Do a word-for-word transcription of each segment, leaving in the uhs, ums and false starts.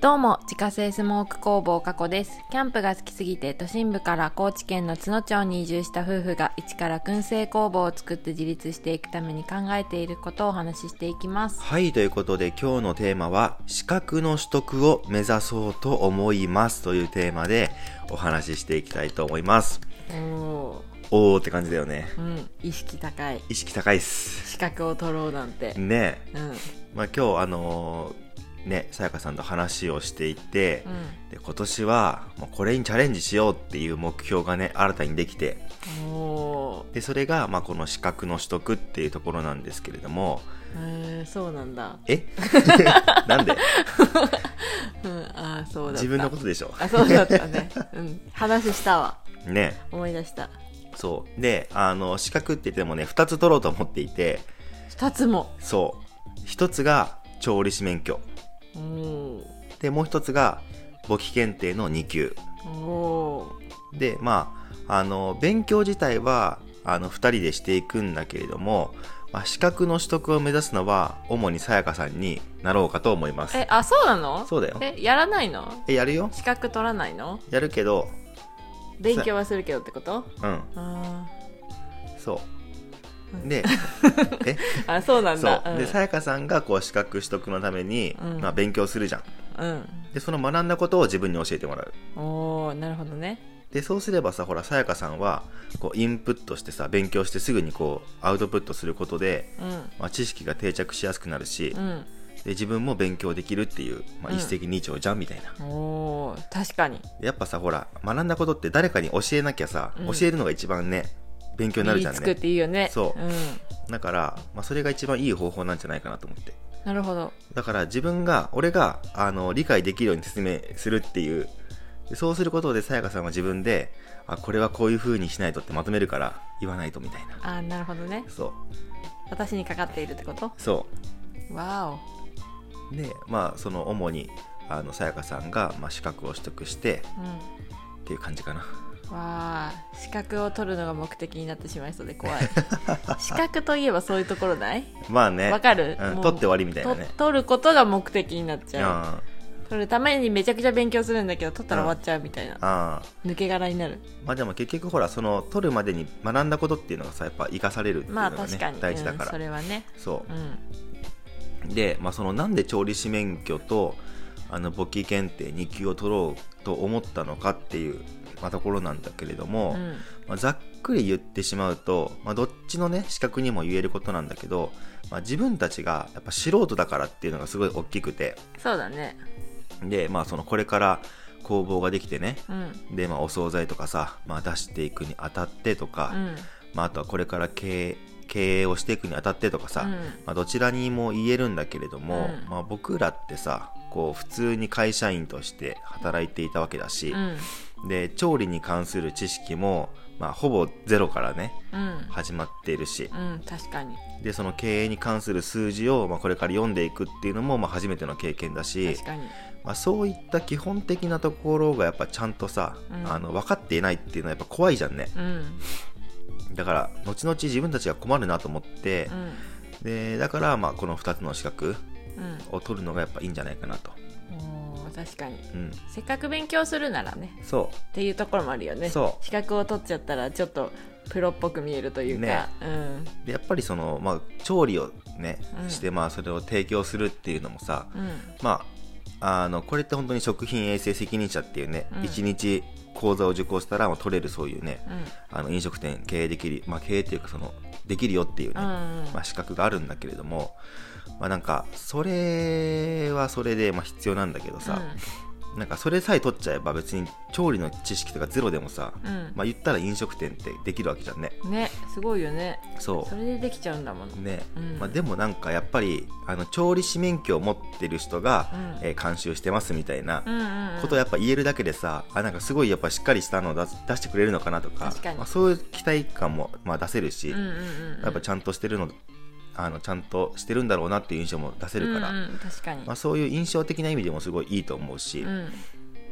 どうも、自家製スモーク工房加古です。キャンプが好きすぎて都心部から高知県の津野町に移住した夫婦が一から燻製工房を作って自立していくために考えていることをお話ししていきます。 はい、ということで今日のテーマは資格の取得を目指そうと思いますというテーマでお話ししていきたいと思います。 おーおーって感じだよね。 うん、意識高い。 意識高いっす。 資格を取ろうなんて。 ねえ。 うん。 まあ今日あのーね、さやかさんと話をしていて、うん、で今年はもうこれにチャレンジしようっていう目標がね新たにできて、 おでそれがまあこの資格の取得っていうところなんですけれども、 へー、そうなんだ。 えなんで、 うん、あそうだった。 自分のことでしょ。 あ、そうだったね、うん、話したわね、 思い出した。 そうで、あの資格って言ってもねふたつ取ろうと思っていて、 ふたつも。 そうひとつが調理師免許で、もう一つが簿記検定のに級で、まああの勉強自体はあのふたりでしていくんだけれども、まあ、資格の取得を目指すのは主にさやかさんになろうかと思います。 え、あ、そうなの？ そうだよ。 え、やらないの？ え、やるよ。 資格取らないの？ やるけど勉強はするけどってこと？ うん、 あ、 そうでえあ、そうなんだ。 そうで、さやかさんがこう資格取得のために、うん、まあ、勉強するじゃん、 うん、 でその学んだことを自分に教えてもらう。 おー、なるほどね。 でそうすればさ、ほらさやかさんはこうインプットしてさ、勉強してすぐにこうアウトプットすることで、うん、まあ、知識が定着しやすくなるし、うん、で自分も勉強できるっていう、まあ、一石二鳥じゃんみたいな、 うん、おー、確かに。 やっぱさ、ほら学んだことって誰かに教えなきゃさ、うん、教えるのが一番ね勉強になるじゃんね。 身につくっていいよね。 そう、 うん、 だから、まあ、それが一番いい方法なんじゃないかなと思って。 なるほど。 だから自分が俺があの理解できるように説明するっていう、そうすることでさやかさんは自分で、あ、これはこういう風にしないとってまとめるから言わないとみたいな。 あ、なるほどね。 そう、 私にかかっているってこと？ そう、 わおで、まあその主にあのさやかさんが、まあ、資格を取得して、うん、っていう感じかな。 わあ、資格を取るのが目的になってしまいそうで怖い資格といえばそういうところない？ まあね、 わかる、 うん、取って終わりみたいなね。 取ることが目的になっちゃう。取るためにめちゃくちゃ勉強するんだけど取ったら終わっちゃうみたいな、あ抜け殻になる。 まあでも結局ほら、その取るまでに学んだことっていうのがさ、やっぱ生かされるっていうのが、ね、まあ確かに大事だから、うん、 それはね。 そう、うん、で、まあ、そのなんで調理師免許とあの簿記検定に級を取ろうと思ったのかっていう、まあ、ところなんだけれども、うん、まあ、ざっくり言ってしまうと、まあ、どっちのね資格にも言えることなんだけど、まあ、自分たちがやっぱ素人だからっていうのがすごい大きくて。 そうだね。 で、まあ、そのこれから工房ができてね、うん、で、まあ、お惣菜とかさ、まあ、出していくにあたってとか、うん、まあ、あとはこれから経営経営をしていくにあたってとかさ、うん、まあ、どちらにも言えるんだけれども、うん、まあ、僕らってさ、こう普通に会社員として働いていたわけだし、うん、で調理に関する知識も、まあ、ほぼゼロからね、うん、始まっているし、 うん、確かに。 でその経営に関する数字を、まあ、これから読んでいくっていうのも、まあ、初めての経験だし、 確かに、 まあ、そういった基本的なところがやっぱちゃんとさ、うん、あの分かっていないっていうのはやっぱ怖いじゃんね、うん、だから後々自分たちが困るなと思って、うん、でだからまあこのふたつの資格を取るのがやっぱいいんじゃないかなと。 お、確かに、 うん、 せっかく勉強するならね、 そうっていうところもあるよね。 そう資格を取っちゃったらちょっとプロっぽく見えるというか、ね、うん、 でやっぱりその、まあ、調理をね、うん、して、まあ、それを提供するっていうのもさ、うん、まあ、あのこれって本当に食品衛生責任者っていうね、うん、いちにち講座を受講したらもう取れるそういうね、うん、あの飲食店経営できる、まあ、経営っていうかそのできるよっていうね、うん、まあ、資格があるんだけれども、まあ、なんかそれはそれでまあ必要なんだけどさ、うん、なんかそれさえ取っちゃえば別に調理の知識とかゼロでもさ、うん、まあ、言ったら飲食店ってできるわけじゃんね。 ね、すごいよね。 そう、 それでできちゃうんだもんね、うん、まあ、でもなんかやっぱりあの調理師免許を持ってる人が、うん、えー、監修してますみたいなことをやっぱ言えるだけでさ、あ、なんかすごいやっぱしっかりしたのを出出してくれるのかなとか、まあ、そういう期待感もまあ出せるし、うんうんうんうん、やっぱちゃんとしてるのあのちゃんとしてるんだろうなっていう印象も出せるから、うんうん、確かに、まあ、そういう印象的な意味でもすごいいいと思うし、うん、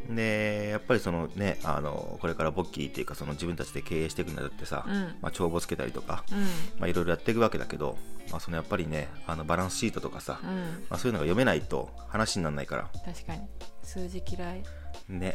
でやっぱりそのねあのこれからボッキーっていうかその自分たちで経営していくんだってさ、 うんまあ、帳簿つけたりとか、 うんまあ、いろいろやっていくわけだけど、まあ、そのやっぱりねあのバランスシートとかさ、 うんまあ、そういうのが読めないと話にならないから確かに数字嫌いね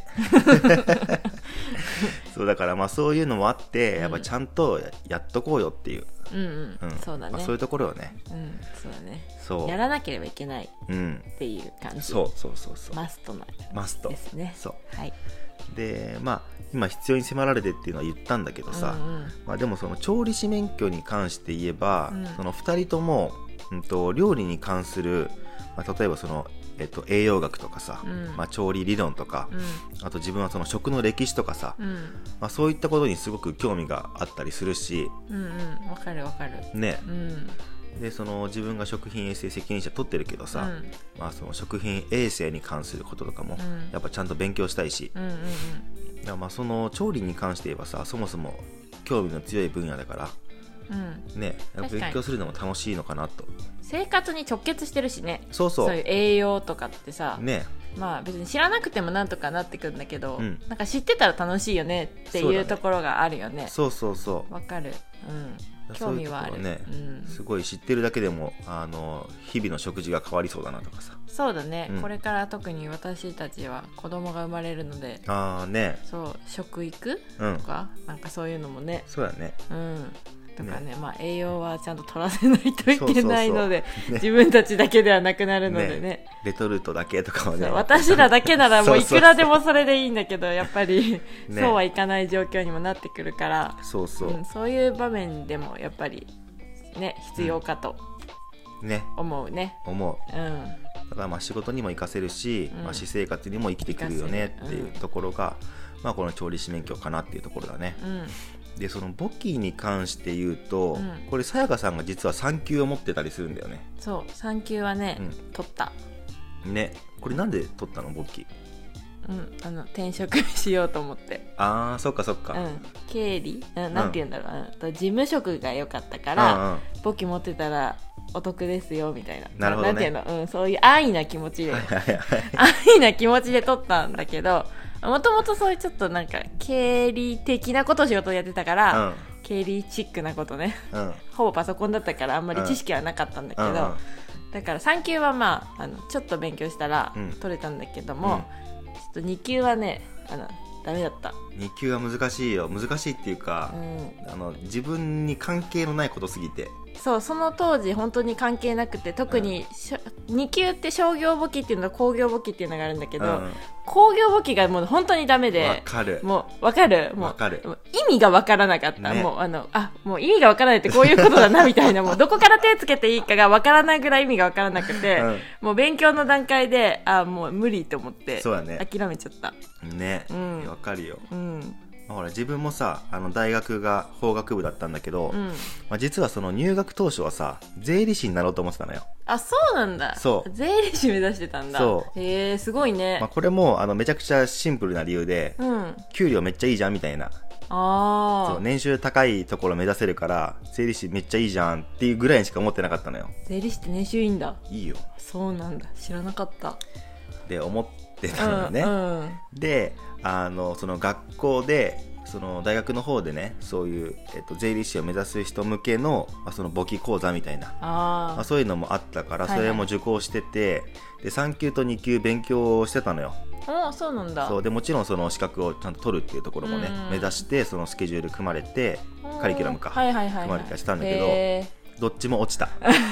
そうだからまあそういうのもあってやっぱちゃんとやっとこうよっていう、 うんうんうんそうだね、 まあ、そういうところをねうんそうだねそうやらなければいけないうんっていう感じそうそうそうそうマストなマストですねそうはいでまあ今必要に迫られてっていうのは言ったんだけどさ、 うんうんまあ、でもその調理師免許に関して言えば、 うんそのふたりとも、うん、と料理に関する、まあ、例えばその、えっと、栄養学とかさ、 うんまあ、調理理論とか、 うんあと自分はその食の歴史とかさ、 うんまあ、そういったことにすごく興味があったりするしうんうんわかるわかるねうんでその自分が食品衛生責任者取ってるけどさ、 うんまあ、その食品衛生に関することとかもうんやっぱちゃんと勉強したいし、 うんうんうんだからまあその調理に関して言えばさそもそも興味の強い分野だからうんねやっぱ確かに勉強するのも楽しいのかなと生活に直結してるしねそうそうそういう栄養とかってさ、 ねまあ別に知らなくてもなんとかなってくるんだけど、 うんなんか知ってたら楽しいよねっていうそうだねところがあるよねそうそうそうわかるうんそういうと興味はあるころね、 うん、 すごい知ってるだけでもあの日々の食事が変わりそうだなとかさそうだね、 うんこれから特に私たちは子供が生まれるのでああねそう食育うんとか、なんかそういうのもねそうだねうんとかねまあ栄養はちゃんと取らせないといけないのでそうそうそうね自分たちだけではなくなるのでねレトルトだけとかはねそう私らだけならもういそうそうそうくらでもそれでいいんだけどやっぱり、 ねそうはいかない状況にもなってくるからそうそう、 うん、そういう場面でもやっぱりね必要かとね思うね思ううんだからまあ仕事にも活かせるし、 うんまあ、私生活にも生きてくるよねっていう活かせるところが、まあ、この調理師免許かなっていうところだね、 うんでその簿記に関して言うと、 うんこれさやかさんが実はさん級を持ってたりするんだよねそうさん級はね、 うん取ったねこれなんで取ったの簿記うんあの転職しようと思ってあーそっかそっか、 うん経理うんなんて言うんだろう、うんと事務職が良かったから、 うんうん簿記持ってたらお得ですよみたいななるほどねんていうの、うん、そういう安易な気持ちではいはいはい安易な気持ちで取ったんだけどもともとそういうちょっとなんか経理的なことを仕事をやってたから、経理チックなことねうんうんほぼパソコンだったからあんまり知識はなかったんだけど、 うんうんだからさん級はまあ、あのちょっと勉強したらうん取れたんだけども、ちょっとに級はねあのダメだった、 に級は難しいよ難しいっていうかう、ん、 あの自分に関係のないことすぎてそうその当時本当に関係なくて特にしょ、に級って商業簿記っていうのと工業簿記っていうのがあるんだけど、 うん工業簿記がもう本当にダメわでかるもう分かるもうわかるもう意味が分からなかった、 ねもうあのあもう意味が分からないってこういうことだなみたいなもうどこから手つけていいかが分からないぐらい意味が分からなくて、 うんもう勉強の段階であもう無理と思ってそうだね諦めちゃったねうんわかるよ、 うんまあほら自分もさあの大学が法学部だったんだけど、 うんまあ、実はその入学当初はさ税理士になろうと思ってたのよ、 あそうなんだそう税理士目指してたんだそうへえすごいね、 まあ、これもあのめちゃくちゃシンプルな理由で、 うん給料めっちゃいいじゃんみたいなああそう年収高いところ目指せるから税理士めっちゃいいじゃんっていうぐらいにしか思ってなかったのよ税理士って年収いいんだいいよそうなんだ知らなかったで思ってたのね、 うんうんであのその学校でその大学の方でねそういう、えっと、税理士を目指す人向けの、まあ、その簿記講座みたいなあまあ、そういうのもあったからはいはいそれも受講してて、でさん級とに級勉強してたのよあそうなんだそうでもちろんその資格をちゃんと取るっていうところもねうん目指してそのスケジュール組まれてカリキュラムかはいはいはい、はい、 組まれたりしたんだけどへどっちも落ちた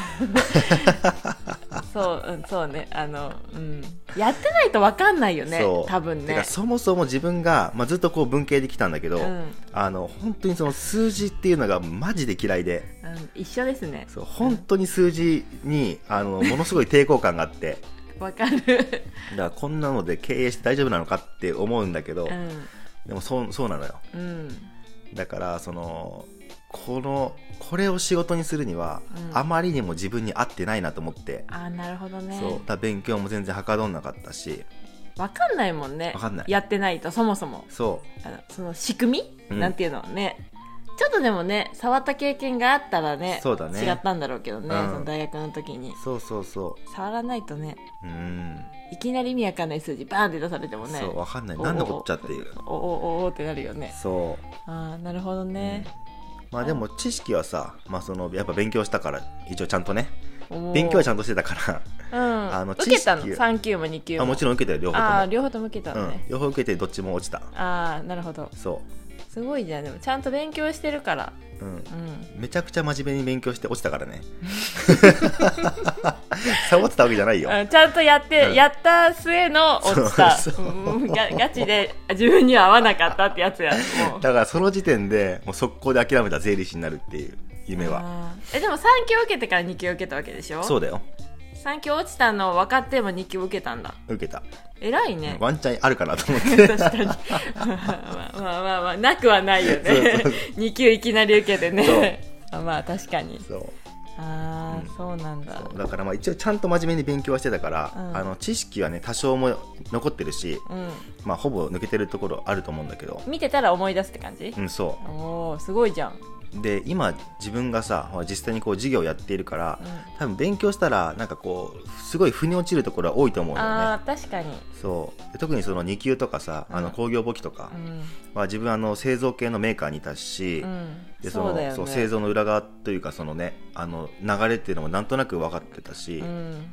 ーそう、うん、そうねあの、うん、やってないと分かんないよねそう多分ねてかそもそも自分が、まあ、ずっとこう文系で来たんだけど、 うんあの本当にその数字っていうのがマジで嫌いでうん、一緒ですねそう本当に数字にあのものすごい抵抗感があって分かるだからこんなので経営して大丈夫なのかって思うんだけど、 うんでもそうそうなのようんだからそのこのこれを仕事にするには、 うんあまりにも自分に合ってないなと思って、 あなるほどねそうだから勉強も全然はかどんなかったし分かんないもんね分かんないやってないとそもそもそあのその仕組み、 うんなんていうのねちょっとでもね触った経験があったらね、 そうだね、 違ったんだろうけどね、 うん、 その大学の時に。 そうそうそう、 触らないとね、 うん、 いきなり意味わかんない数字バーンって出されてもね、 そうわかんない、何のこっちゃっていう、 おおおおってなるよね。 そう、 ああなるほどね、 うん、まあでも知識はさ、まあ、そのやっぱ勉強したから一応ちゃんとね、勉強はちゃんとしてたから、 うん、 あの受けたのさん級もに級も。 あもちろん受けたよ、両方とも。 あ両方とも受けたのね、 うん、両方受けてどっちも落ちた。 ああなるほど、 そうすごいじゃん。でもちゃんと勉強してるから、 うんうん、 うん、 めちゃくちゃ真面目に勉強して落ちたからねサボってたわけじゃないよ、 ちゃんとやって、うん、やった末の落ちた、 そうそう、 うん、ガ, ガチで自分には合わなかったってやつやもうだからその時点でもう速攻で諦めた、税理士になるっていう夢は。 えでもさん級受けてからに級受けたわけでしょ。 そうだよ、 さん級落ちたの分かってもに級受けたんだ。 受けた。 偉いね。 ワンチャンあるかなと思って確かにまあまあまあまあなくはないよねに級いきなり受けてねまあ確かに。 そう、 ああ、うん、そうなんだ。 そうだからまあ一応ちゃんと真面目に勉強はしてたから、うん、あの知識はね多少も残ってるし、うん、まあほぼ抜けてるところあると思うんだけど、 見てたら思い出すって感じ。 うん、そう。 おーすごいじゃん。 で今自分がさ実際にこう授業をやっているから、うん、多分勉強したらなんかこうすごい腑に落ちるところは多いと思うよね。 あー確かに。 そう特にそのに級とかさ、うん、あの工業簿記とか、うんまあ、自分あの製造系のメーカーにいたし、うん、でそのそうだよね、そう製造の裏側というかそのねあの流れっていうのもなんとなく分かってたし、うん、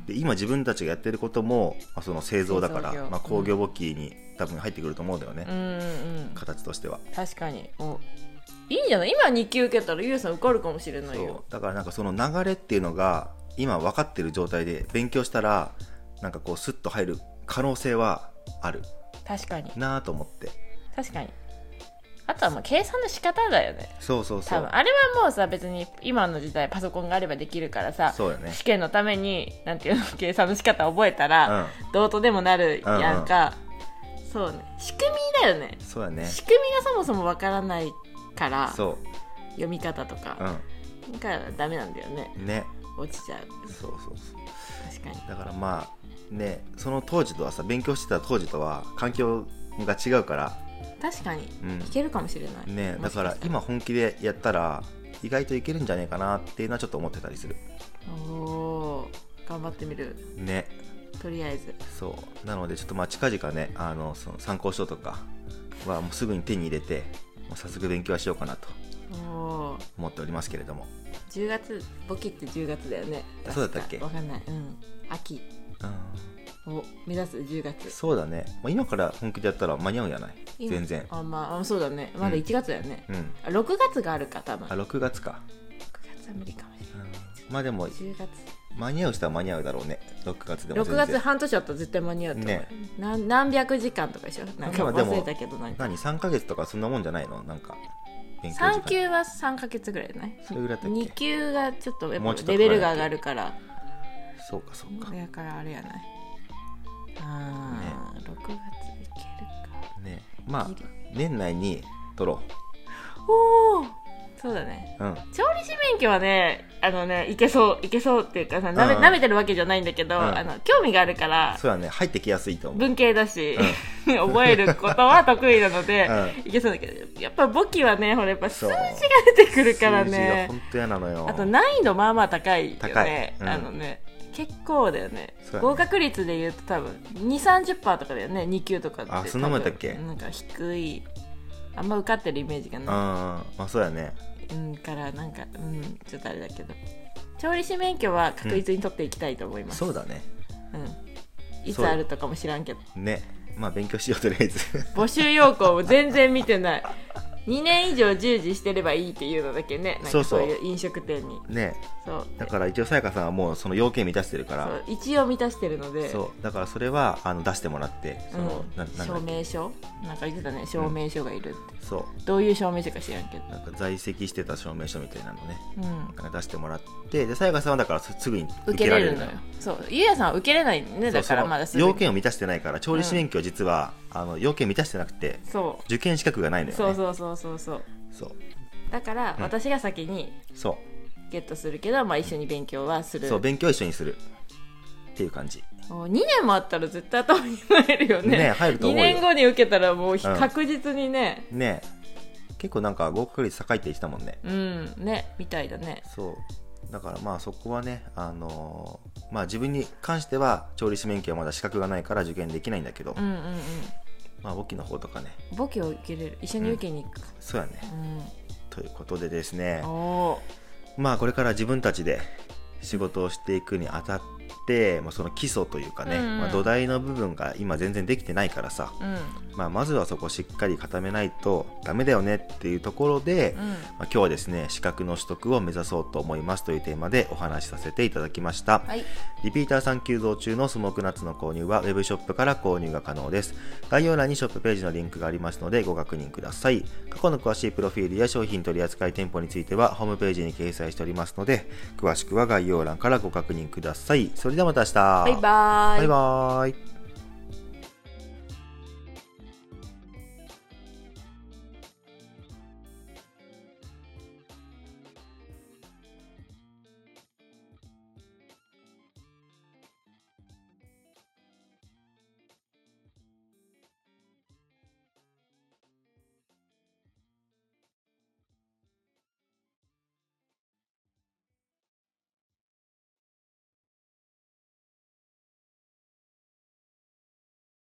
で今自分たちがやってることも、まあ、その製造だから、まあ、工業簿記に多分入ってくると思うんだよね、うんうんうん、形としては。 確かに。おいいんじゃない。今に級受けたらゆうさん受かるかもしれないよ。 そうだからなんかその流れっていうのが今分かってる状態で勉強したらなんかこうスッと入る可能性はある。 確かになと思って。 確かに。あとはまあ計算の仕方だよね。 そうそうそう。 多分あれはもうさ別に今の時代パソコンがあればできるからさ、 そうよね、 試験のためになんていうの計算の仕方を覚えたら、うん、どうとでもなるやんか、うんうん、そうね、仕組みだよね。 そうやね。仕組みがそもそもわからないからそう読み方とか、うん、からダメなんだよね。 ね落ちちゃう。 そうそうそう。 確かに。 だからまあねその当時とはさ勉強してた当時とは環境が違うから確かに、うん、いけるかもしれないね。だから今本気でやったら意外といけるんじゃないかなっていうのはちょっと思ってたりする。 おー頑張ってみるね。 とりあえずそうなのでちょっとまあ近々ねあのその参考書とかはもうすぐに手に入れてもう早速勉強はしようかなと思っておりますけれども。 じゅうがつ簿記ってじゅうがつだよね。 そうだったっけ。 わかんない。うん秋、うん、を目指すじゅうがつ。 そうだね、まあ、今から本気でやったら間に合うんじゃない。全然あ、まあ、そうだね。まだいちがつだよね、うん、あろくがつがあるか多分。 あろくがつか。 ろくがつは無理かもしれない、うん、 まあでもじゅうがつ間に合う人は間に合うだろうね。ろくがつでもろくがつ半年あったら絶対間に合うと思う、ね、何, 何百時間とかでしょ。なんか忘れたけどなんか何さんかげつとかそんなもんじゃないの。なんかさん級はさんかげつぐらいじゃない。 それぐらいだっけ。 に級がちょっとやっぱレベルが上がるから。 そうかそうか。 だからあれやない。ああ、ね、ろくがついけるかね。まあ年内に取ろう。おおそうだね、 うん、 調理師免許はねあのねいけそういけそうっていうかさなめ、うん、舐めてるわけじゃないんだけど、うん、あの興味があるから。 そうだね入ってきやすいと思う。 文系だし、うん、覚えることは得意なので、うん、いけそうだけどやっぱ簿記はねほらやっぱ数字が出てくるからね。数字が本当嫌なのよ。 あと難易度まあまあ高いよね。 高い、うん、 あのね結構だよね。合格率で言うと多分 にじゅう、さんじゅっパーセント とかだよね。に級とかって。 あそんなもんだっけ。 なんか低いあんま受かってるイメージがない。 あまあそうやね。 うんからなんかうんちょっとあれだけど調理師免許は確実に取っていきたいと思います、 うん、そうだね。 うんいつあるとかも知らんけどね。まあ勉強しようとりあえず募集要項も全然見てないにねん以上従事してればいいっていうのだけね。なんかそういう飲食店にね。そうだから一応さやかさんはもうその要件満たしてるから。 そう一応満たしてるので。 そうだからそれはあの出してもらってその、 うん、ななん証明書なんか言ってたね。証明書がいるって、 うん、そうどういう証明書か知らんけどなんか在籍してた証明書みたいなのね、うん、なんか出してもらってでさやかさんはだからすぐに受けられるのよ。 そうゆうやさんは受けれないね。だからまだすぐ要件を満たしてないから調理師免許は実は、うん、あの要件満たしてなくてそう受験資格がないのよね。 そうそうそうそうそうそうだから私が先にゲットするけど、まあ、一緒に勉強はする。 そう勉強一緒にするっていう感じ。 にねんもあったら絶対頭に入るよね。 ね入ると思うよ。 にねんごに受けたらもう確実にね、 うん、ね結構なんか合格率高いって言ってたもんね。 うんね、みたいだね。 そうだからまあそこはね、あのー、まあ自分に関しては調理師免許はまだ資格がないから受験できないんだけど、 うんうんうん、 まあ簿記の方とかね、 簿記を受けれる、一緒に受けに行くか、 うん、そうやね、うん、ということでですね、 おまあこれから自分たちで仕事をしていくにあたって、まあ、その基礎というかね、うんうん、まあ、土台の部分が今全然できてないからさ、うん、まあ、まずはそこをしっかり固めないとダメだよねっていうところで、うん、まあ、今日はですね資格の取得を目指そうと思いますというテーマでお話しさせていただきました、はい、リピーターさん急増中のスモークナッツの購入はウェブショップから購入が可能です。概要欄にショップページのリンクがありますのでご確認ください。過去の詳しいプロフィールや商品取扱店舗についてはホームページに掲載しておりますので、詳しくは概要欄からご確認ください。それではまた明日。 バイバーイ。 バイバーイ。